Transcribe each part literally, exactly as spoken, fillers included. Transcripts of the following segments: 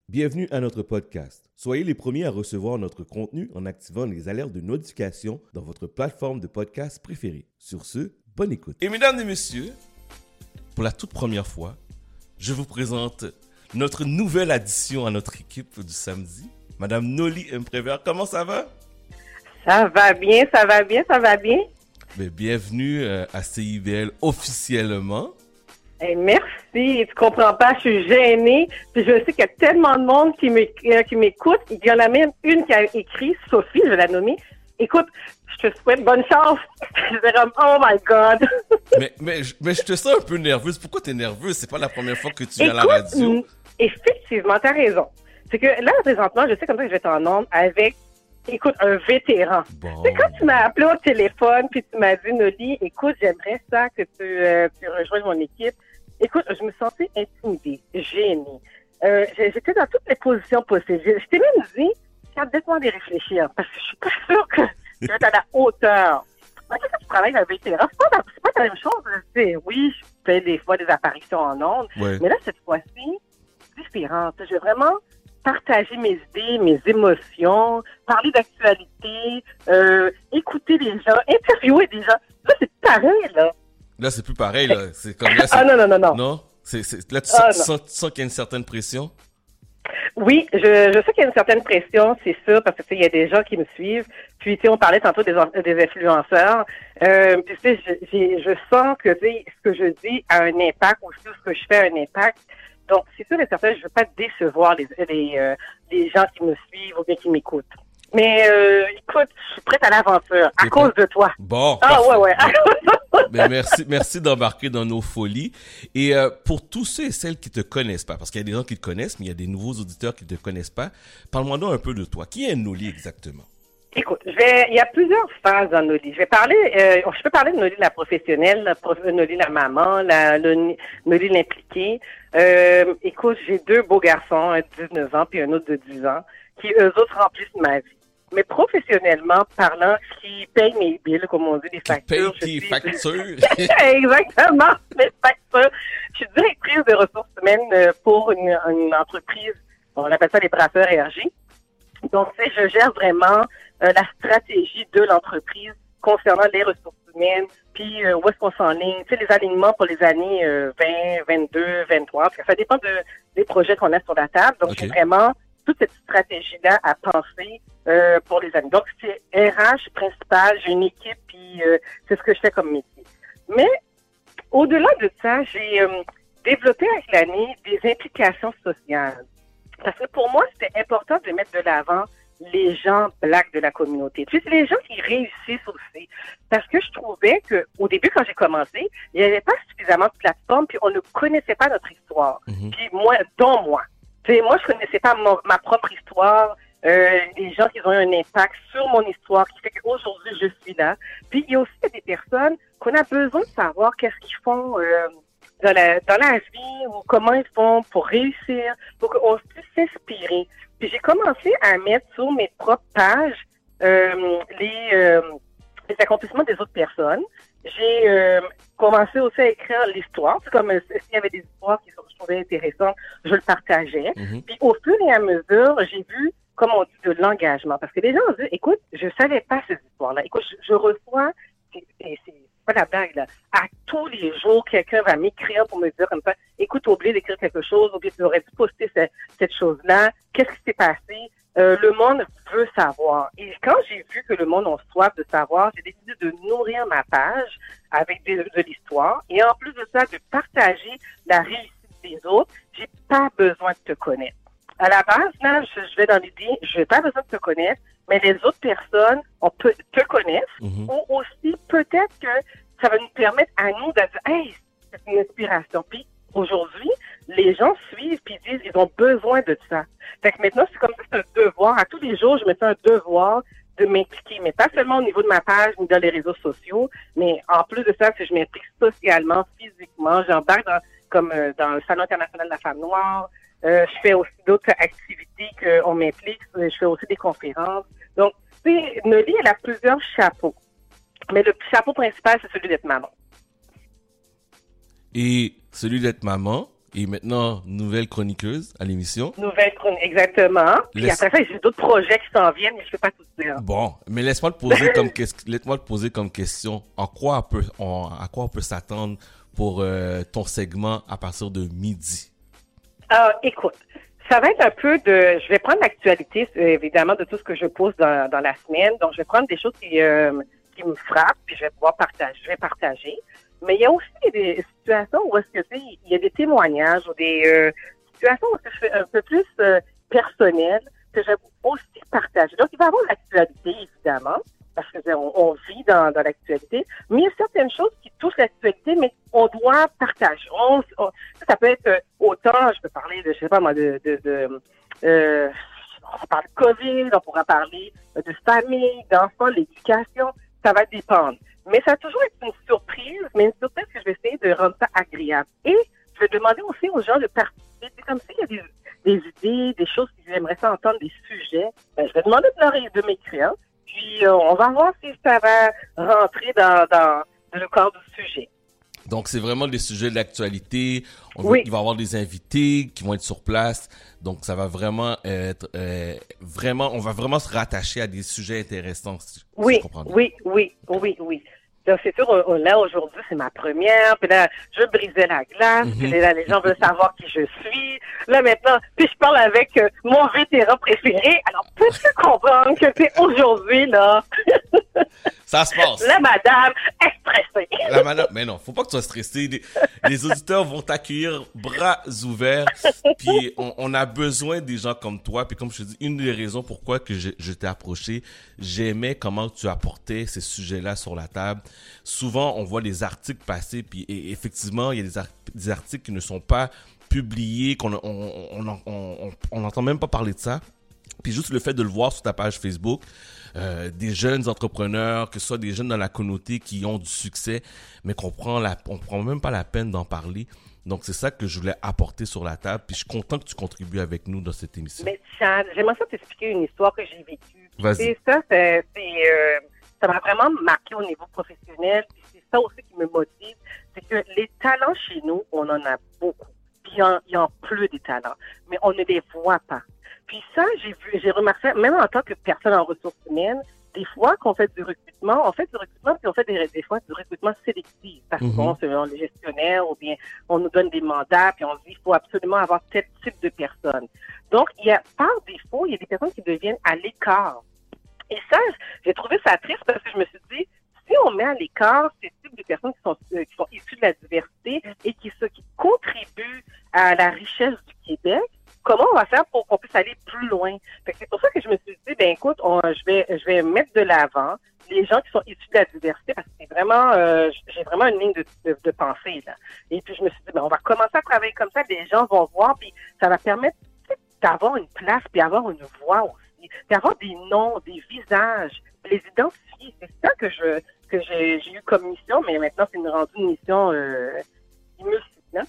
Bienvenue à notre podcast. Soyez les premiers à recevoir notre contenu en activant les alertes de notification dans votre plateforme de podcast préférée. Sur ce, bonne écoute. Et mesdames et messieurs, pour la toute première fois, je vous présente notre nouvelle addition à notre équipe du samedi, Madame Noli Imprévert. Comment ça va? Ça va bien, ça va bien, ça va bien. Bien, bienvenue euh, à C I B L officiellement. Hey, merci. Tu comprends pas, je suis gênée. Puis je sais qu'il y a tellement de monde qui m'écoute. Il y en a même une qui a écrit, Sophie, je vais la nommer. Écoute, je te souhaite bonne chance. Je vais comme, oh my God. mais, mais, mais je te sens un peu nerveuse. Pourquoi tu es nerveuse? C'est pas la première fois que tu es Écoute, à la radio. Effectivement, tu as raison. C'est que là, présentement, je sais comme ça que je vais être en onde avec, écoute, un vétéran. Bon. C'est quand tu m'as appelé au téléphone puis tu m'as dit, Noli, écoute, j'aimerais ça que tu, euh, tu rejoignes mon équipe. Écoute, je me sentais intimidée, gênée. Euh, j'étais dans toutes les positions possibles. Je, je t'ai même dit, laisse-moi les réfléchir, parce que je suis pas sûre que je vais être à la hauteur. Quand tu travailles avec un vétéran, c'est pas, la, c'est pas la même chose. Tu sais, oui, je fais des fois des apparitions en ondes, ouais. Mais là, cette fois-ci, c'est différent. Je vais vraiment partager mes idées, mes émotions, parler d'actualité, euh, écouter les gens, interviewer des gens. Là, c'est pareil, là. Là, c'est plus pareil, là. C'est comme là, c'est... Ah non, non, non, non. Non? C'est, c'est... Là, tu, ah, sens, tu, sens, tu sens qu'il y a une certaine pression? Oui, je, je sais qu'il y a une certaine pression, c'est sûr, parce que tu sais, il y a des gens qui me suivent. Puis, tu sais, on parlait tantôt des, des influenceurs. Euh, puis, tu sais, je, j'ai, je sens que tu sais, ce que je dis a un impact, ou ce que je fais a un impact. Donc, c'est sûr et certain, je ne veux pas décevoir les, les, euh, les gens qui me suivent ou bien qui m'écoutent. Mais euh, écoute, je suis prête à l'aventure à cause de toi. Bon. Ah parfait. ouais, ouais. Ben, merci, merci d'embarquer dans nos folies. Et euh, pour tous ceux et celles qui te connaissent pas, parce qu'il y a des gens qui te connaissent, mais il y a des nouveaux auditeurs qui te connaissent pas, parle-moi donc un peu de toi. Qui est Noli exactement? Écoute, je vais, il y a plusieurs phases dans Noli. Je vais parler, euh, je peux parler de Noli la professionnelle, la prof, Noli la maman, la, le, Noli l'impliquée. Euh, écoute, j'ai deux beaux garçons, un de dix-neuf ans puis un autre de dix ans, qui eux autres remplissent ma vie. Mais professionnellement parlant, qui paye mes billes, comme on dit, les factures. Qui paye tes factures. Exactement, mes factures. Je suis directrice de ressources humaines pour une, une entreprise, on appelle ça les brasseurs R G. Donc, tu sais, je gère vraiment euh, la stratégie de l'entreprise concernant les ressources humaines, puis euh, où est-ce qu'on s'enligne, tu sais, les alignements pour les années euh, vingt, vingt-deux, vingt-trois, parce que ça dépend de, des projets qu'on a sur la table. Donc, okay. J'ai vraiment toute cette stratégie-là à penser euh, pour les années. Donc, c'est R H principal, j'ai une équipe, puis euh, c'est ce que je fais comme métier. Mais, au-delà de ça, j'ai euh, développé avec l'année des implications sociales. Parce que pour moi, c'était important de mettre de l'avant les gens blacks de la communauté. Puis c'est les gens qui réussissent aussi. Parce que je trouvais que au début, quand j'ai commencé, il n'y avait pas suffisamment de plateformes, puis on ne connaissait pas notre histoire. Mm-hmm. Puis moi, dont moi. Tu sais, moi, je connaissais pas mon, ma propre histoire, euh, les gens qui ont eu un impact sur mon histoire, qui fait qu'aujourd'hui, je suis là. Puis il y a aussi des personnes qu'on a besoin de savoir qu'est-ce qu'ils font euh, dans la, dans la vie, ou comment ils font pour réussir, pour qu'on puisse s'inspirer. Puis j'ai commencé à mettre sur mes propres pages euh, les, euh, les accomplissements des autres personnes. J'ai euh, commencé aussi à écrire l'histoire. C'est comme euh, s'il y avait des histoires qui je trouvais intéressantes, je le partageais. Mm-hmm. Puis au fur et à mesure, j'ai vu, comme on dit, de l'engagement. Parce que les gens ont dit, écoute, je savais pas ces histoires-là. Écoute, je, je reçois, c'est, c'est, c'est pas la blague, là. À tous les jours, quelqu'un va m'écrire pour me dire comme ça, écoute, t'as oublié d'écrire quelque chose, ou bien tu aurais dû poster cette, cette chose-là. Qu'est-ce qui s'est passé? Euh, le monde veut savoir. Et quand j'ai vu que le monde a soif de savoir, j'ai décidé de nourrir ma page avec des, de l'histoire. Et en plus de ça, de partager la réussite des autres. J'ai pas besoin de te connaître. À la base, là, je, je vais dans l'idée, je n'ai pas besoin de te connaître, mais les autres personnes, on peut te connaissent, mm-hmm. ou aussi peut-être que ça va nous permettre à nous de dire, hey, c'est une inspiration. Puis aujourd'hui, les gens suivent puis disent, ils ont besoin de ça. Fait que maintenant, c'est comme ça, c'est un devoir. À tous les jours, je me fais un devoir de m'impliquer, mais pas seulement au niveau de ma page ni dans les réseaux sociaux, mais en plus de ça, si je m'implique socialement, physiquement, j'embarque dans, comme euh, dans le Salon international de la femme noire. Euh, je fais aussi d'autres activités qu'on m'implique. Je fais aussi des conférences. Donc, tu sais, Noli, elle a plusieurs chapeaux. Mais le chapeau principal, c'est celui d'être maman. Et celui d'être maman, Et maintenant, nouvelle chroniqueuse à l'émission. Nouvelle chronique, exactement. Puis Laisse... après ça, j'ai d'autres projets qui s'en viennent, mais je ne peux pas tout dire. Bon, mais laisse-moi te poser comme question. Laisse-moi te poser comme question. En quoi on peut, on, à quoi on peut s'attendre pour euh, ton segment à partir de midi? Euh, écoute, ça va être un peu de... Je vais prendre l'actualité, évidemment, de tout ce que je pose dans, dans la semaine. Donc, je vais prendre des choses qui, euh, qui me frappent, puis je vais pouvoir partager. Je vais partager. Mais il y a aussi des situations où est-ce que tu sais, il y a des témoignages ou des euh, situations où je fais un peu plus euh, personnelles que je vais aussi partager. Donc, il va y avoir l'actualité, évidemment, parce que on, on vit dans, dans l'actualité, mais il y a certaines choses qui touchent l'actualité, mais on doit partager. On, on, ça peut être autant, je peux parler de, je sais pas moi, de, de, de euh, on va parler de COVID, on pourra parler de famille, d'enfants, l'éducation, ça va dépendre. Mais ça va toujours être une surprise, mais une surprise que je vais essayer de rendre ça agréable. Et je vais demander aussi aux gens de participer. C'est comme s'il y a des, des idées, des choses qu'ils aimeraient ça entendre, des sujets. Ben, je vais demander de, leur, de m'écrire. Puis euh, on va voir si ça va rentrer dans, dans, dans le corps du sujet. Donc, c'est vraiment des sujets de l'actualité. On oui. veut, il va y avoir des invités qui vont être sur place. Donc, ça va vraiment être euh, vraiment, on va vraiment se rattacher à des sujets intéressants. Si, oui, si je comprends bien. oui, oui, oui, oui. Donc, c'est sûr, là, aujourd'hui, c'est ma première. Puis là, je brisais la glace. Mm-hmm. Puis là, les gens veulent savoir qui je suis. Là, maintenant, puis je parle avec euh, mon vétéran préféré. Alors, peux-tu comprendre que c'est aujourd'hui, là? Ça se passe. La madame est stressée. La madame, mais non, faut pas que tu sois stressé. Les, les auditeurs vont t'accueillir bras ouverts. Puis on, on a besoin des gens comme toi. Puis comme je te dis, une des raisons pourquoi que je, je t'ai approché, j'aimais comment tu apportais ces sujets-là sur la table. Souvent, on voit des articles passer, puis et, effectivement, il y a des, ar- des articles qui ne sont pas publiés, qu'on on, on, on, on, on n'entend même pas parler de ça. Puis juste le fait de le voir sur ta page Facebook, euh, des jeunes entrepreneurs, que ce soit des jeunes dans la communauté qui ont du succès, mais qu'on prend la, on prend même pas la peine d'en parler. Donc, c'est ça que je voulais apporter sur la table. Puis, je suis content que tu contribues avec nous dans cette émission. Mais Chad, j'aimerais ça t'expliquer une histoire que j'ai vécue. Vas-y. C'est ça, c'est, c'est euh, ça m'a vraiment marqué au niveau professionnel. Puis c'est ça aussi qui me motive. C'est que les talents chez nous, on en a beaucoup. Puis il y en, il y en pleut des talents. Mais on ne les voit pas. Puis ça, j'ai vu, j'ai remarqué, même en tant que personne en ressources humaines, des fois qu'on fait du recrutement, on fait du recrutement, puis on fait des, des fois du recrutement sélectif. Parce Mm-hmm. qu'on selon les gestionnaires, ou bien on nous donne des mandats, puis on dit il faut absolument avoir tel type de personnes. Donc, il y a, par défaut, il y a des personnes qui deviennent à l'écart. Et ça, j'ai trouvé ça triste parce que je me suis dit, si on met à l'écart ces types de personnes qui sont, euh, qui sont issues de la diversité et qui, ce, qui contribuent à la richesse du Québec, comment on va faire pour qu'on puisse aller plus loin? Fait que c'est pour ça que je me suis dit, ben écoute, on, je vais je vais mettre de l'avant les gens qui sont issus de la diversité parce que c'est vraiment, euh, j'ai vraiment une ligne de, de, de pensée, là. Et puis je me suis dit, ben on va commencer à travailler comme ça, les gens vont voir, puis ça va permettre d'avoir une place, puis avoir une voix aussi, d'avoir des noms, des visages, les identifier. C'est ça que je que j'ai, j'ai eu comme mission, mais maintenant c'est une rendue une mission euh, immense.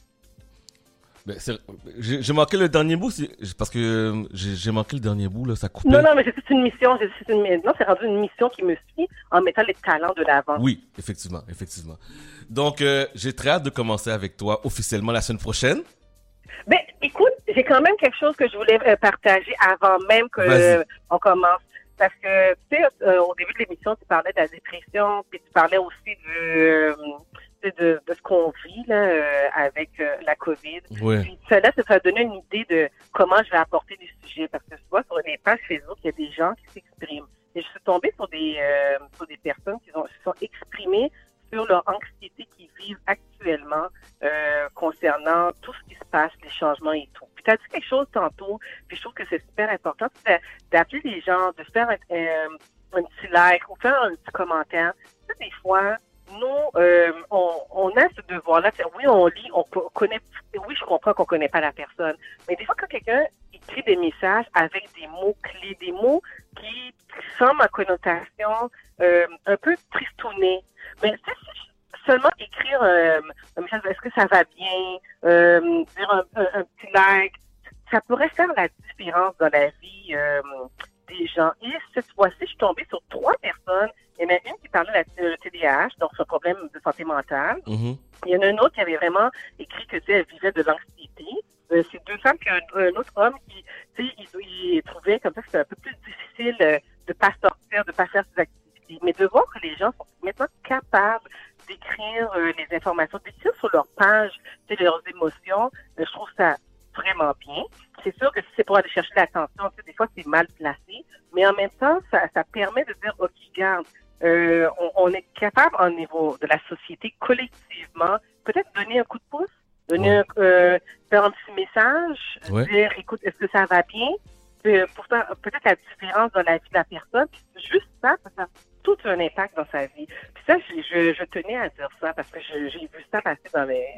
Ben, c'est, j'ai, j'ai manqué le dernier bout, c'est, parce que j'ai, j'ai manqué le dernier bout, là, ça coupait. Non, non, mais c'est une mission, c'est une, non, c'est rendu une mission qui me suit en mettant les talents de l'avant. Oui, effectivement, effectivement. Donc, euh, j'ai très hâte de commencer avec toi officiellement la semaine prochaine. Ben, écoute, j'ai quand même quelque chose que je voulais euh, partager avant même que euh, on commence. Parce que, tu sais, euh, au début de l'émission, tu parlais de la dépression, puis tu parlais aussi du... Euh, De, de ce qu'on vit là, euh, avec euh, la COVID. Ouais. Puis ça, là, ça va donner une idée de comment je vais apporter des sujets. Parce que tu vois, sur les pages Facebook, il y a des gens qui s'expriment. Et je suis tombée sur des euh, sur des personnes qui ont, se sont exprimées sur leur anxiété qu'ils vivent actuellement euh, concernant tout ce qui se passe, les changements et tout. Puis tu as dit quelque chose tantôt, puis je trouve que c'est super important, c'est d'appeler les gens, de faire un, un, un petit like ou faire un petit commentaire. Tu sais, des fois, nous, euh, on, on a ce devoir-là. Oui, on lit, on connaît. Oui, je comprends qu'on connaît pas la personne. Mais des fois, quand quelqu'un écrit des messages avec des mots clés, des mots qui semblent en connotation euh, un peu tristounée. Mais tu sais, seulement écrire euh, un message, est-ce que ça va bien, euh, dire un, un, un petit like, ça pourrait faire la différence dans la vie euh, des gens. Et cette fois-ci, je suis tombée sur trois personnes. Il y en a une qui parlait de la T D A H, donc son problème de santé mentale. Mm-hmm. Il y en a une autre qui avait vraiment écrit que, tu sais, elle vivait de l'anxiété. femme puis un, un autre homme qui, tu sais, il, il trouvait comme ça que c'était un peu plus difficile euh, de pas sortir, de pas faire ses activités. Mais de voir que les gens sont maintenant capables d'écrire euh, les informations, d'écrire sur leur page, tu sais, leurs émotions, euh, je trouve ça vraiment bien. C'est sûr que si c'est pour aller chercher l'attention, tu sais, des fois c'est mal placé, mais en même temps, ça, ça permet de dire, ok, regarde, euh, on, on est capable au niveau de la société collectivement, peut-être donner un coup de pouce, donner ouais. un, euh, faire un petit message, ouais. dire, écoute, est-ce que ça va bien? Euh, pour faire peut-être la différence dans la vie de la personne, puis juste ça, ça fait tout un impact dans sa vie. Puis ça, je, je, je tenais à dire ça parce que je, j'ai vu ça passer dans les...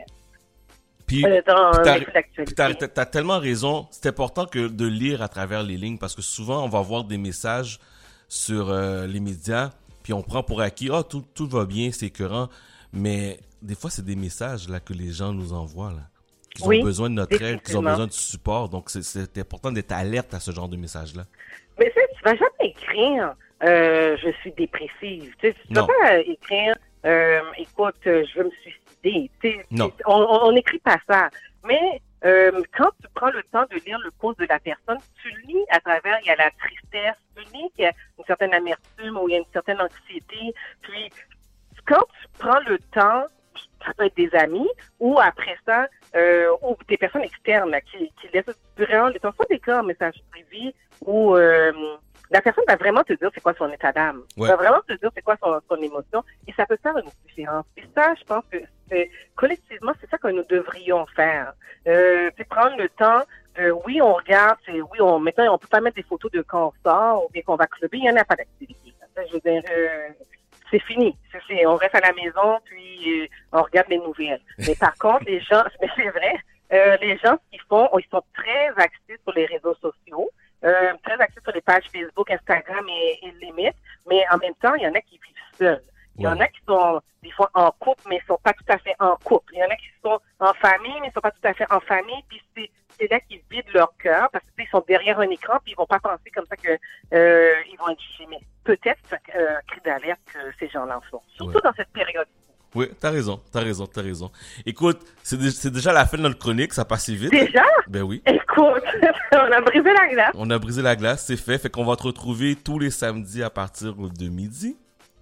Puis, euh, dans puis t'as, les actualités. puis t'as, t'as tellement raison. C'est important que de lire à travers les lignes parce que souvent, on va voir des messages sur euh, les médias puis on prend pour acquis, ah, oh, tout, tout va bien, c'est écœurant. Mais des fois, c'est des messages là que les gens nous envoient, là. Qu'ils oui, ont besoin de notre aide, qu'ils ont besoin de support. Donc, c'est, c'est important d'être alerte à ce genre de message-là. Mais tu sais, tu vas jamais écrire euh, « je suis dépressive ». Tu sais, tu vas pas écrire euh, « écoute, je veux me suicider ». Tu sais, non. On n'écrit pas ça. Mais euh, quand tu prends le temps de lire le post de la personne, tu lis à travers, il y a la tristesse, tu lis qu'il y a une certaine amertume ou il y a une certaine anxiété. Puis, quand tu prends le temps, ça peut être des amis, ou après ça, euh, ou des personnes externes là, qui, qui laissent vraiment le temps, soit des cas en message privé, où euh, la personne va vraiment te dire c'est quoi son état d'âme. Ouais. Va vraiment te dire c'est quoi son, son émotion, et ça peut faire une différence. Et ça, je pense que c'est, collectivement, c'est ça que nous devrions faire. Euh, c'est prendre le temps, euh, oui, on regarde, c'est, oui, on, maintenant, on peut pas mettre des photos de quand on sort, ou bien qu'on va clubber, il n'y en a pas d'activité. Je veux dire, euh, c'est fini. C'est, c'est, on reste à la maison, puis euh, on regarde les nouvelles. Mais par contre, les gens, mais c'est vrai, euh, les gens, ce qu'ils font, ils sont très axés sur les réseaux sociaux, euh, très axés sur les pages Facebook, Instagram et, et limite, mais en même temps, il y en a qui vivent seuls. Il y en a qui sont des fois en couple, mais ils sont pas tout à fait en couple. Il y en a qui sont en famille, mais ils sont pas tout à fait en famille, puis c'est, c'est là qu'ils vident leur cœur, parce qu'ils sont derrière un écran, puis ils vont pas penser comme ça que euh, ils vont être jugés. Mais peut-être euh, cri d'alerte que ces gens-là en font, surtout ouais. dans cette période. Oui, t'as raison, t'as raison, t'as raison. Écoute, c'est, de, c'est déjà la fin de notre chronique, ça passe si vite. Déjà? Ben oui. Écoute, on a brisé la glace. On a brisé la glace, c'est fait. Fait qu'on va te retrouver tous les samedis à partir de midi.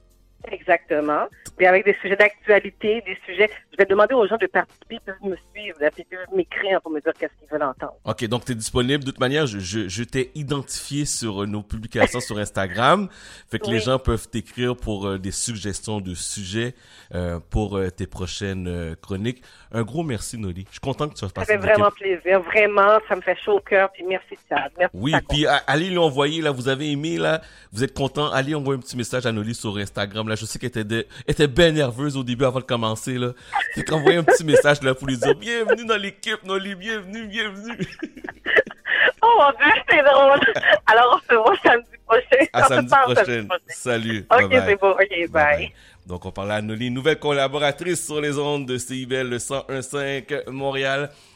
Exactement. Puis avec des sujets d'actualité, des sujets... Je vais demander aux gens de participer, ils peuvent me suivre, ils peuvent m'écrire pour me dire qu'est-ce qu'ils veulent entendre. OK, donc tu es disponible. De toute manière, je, je, je t'ai identifié sur nos publications sur Instagram. Fait que oui. Les gens peuvent t'écrire pour euh, des suggestions de sujets euh, pour euh, tes prochaines euh, chroniques. Un gros merci, Noli. Je suis content que tu fasses partie de l'équipe. Ça fait vraiment plaisir. Vraiment, ça me fait chaud au cœur. Puis merci, Chad. Merci. Oui, puis à, allez lui envoyer, là, vous avez aimé, là, vous êtes content. Allez envoyer un petit message à Noli sur Instagram. Là, je sais qu'elle était, de, était bien nerveuse au début avant de commencer, là. Fait qu'envoyez un petit message là pour lui dire bienvenue dans l'équipe, Noli, bienvenue, bienvenue. Oh mon Dieu, c'est drôle. Alors, on se voit samedi prochain. À samedi prochain. Salut. Ok, bye c'est beau. Ok, bye. bye, bye. Donc, on parlait à Noli, nouvelle collaboratrice sur les ondes de C I B L, le cent un virgule cinq Montréal.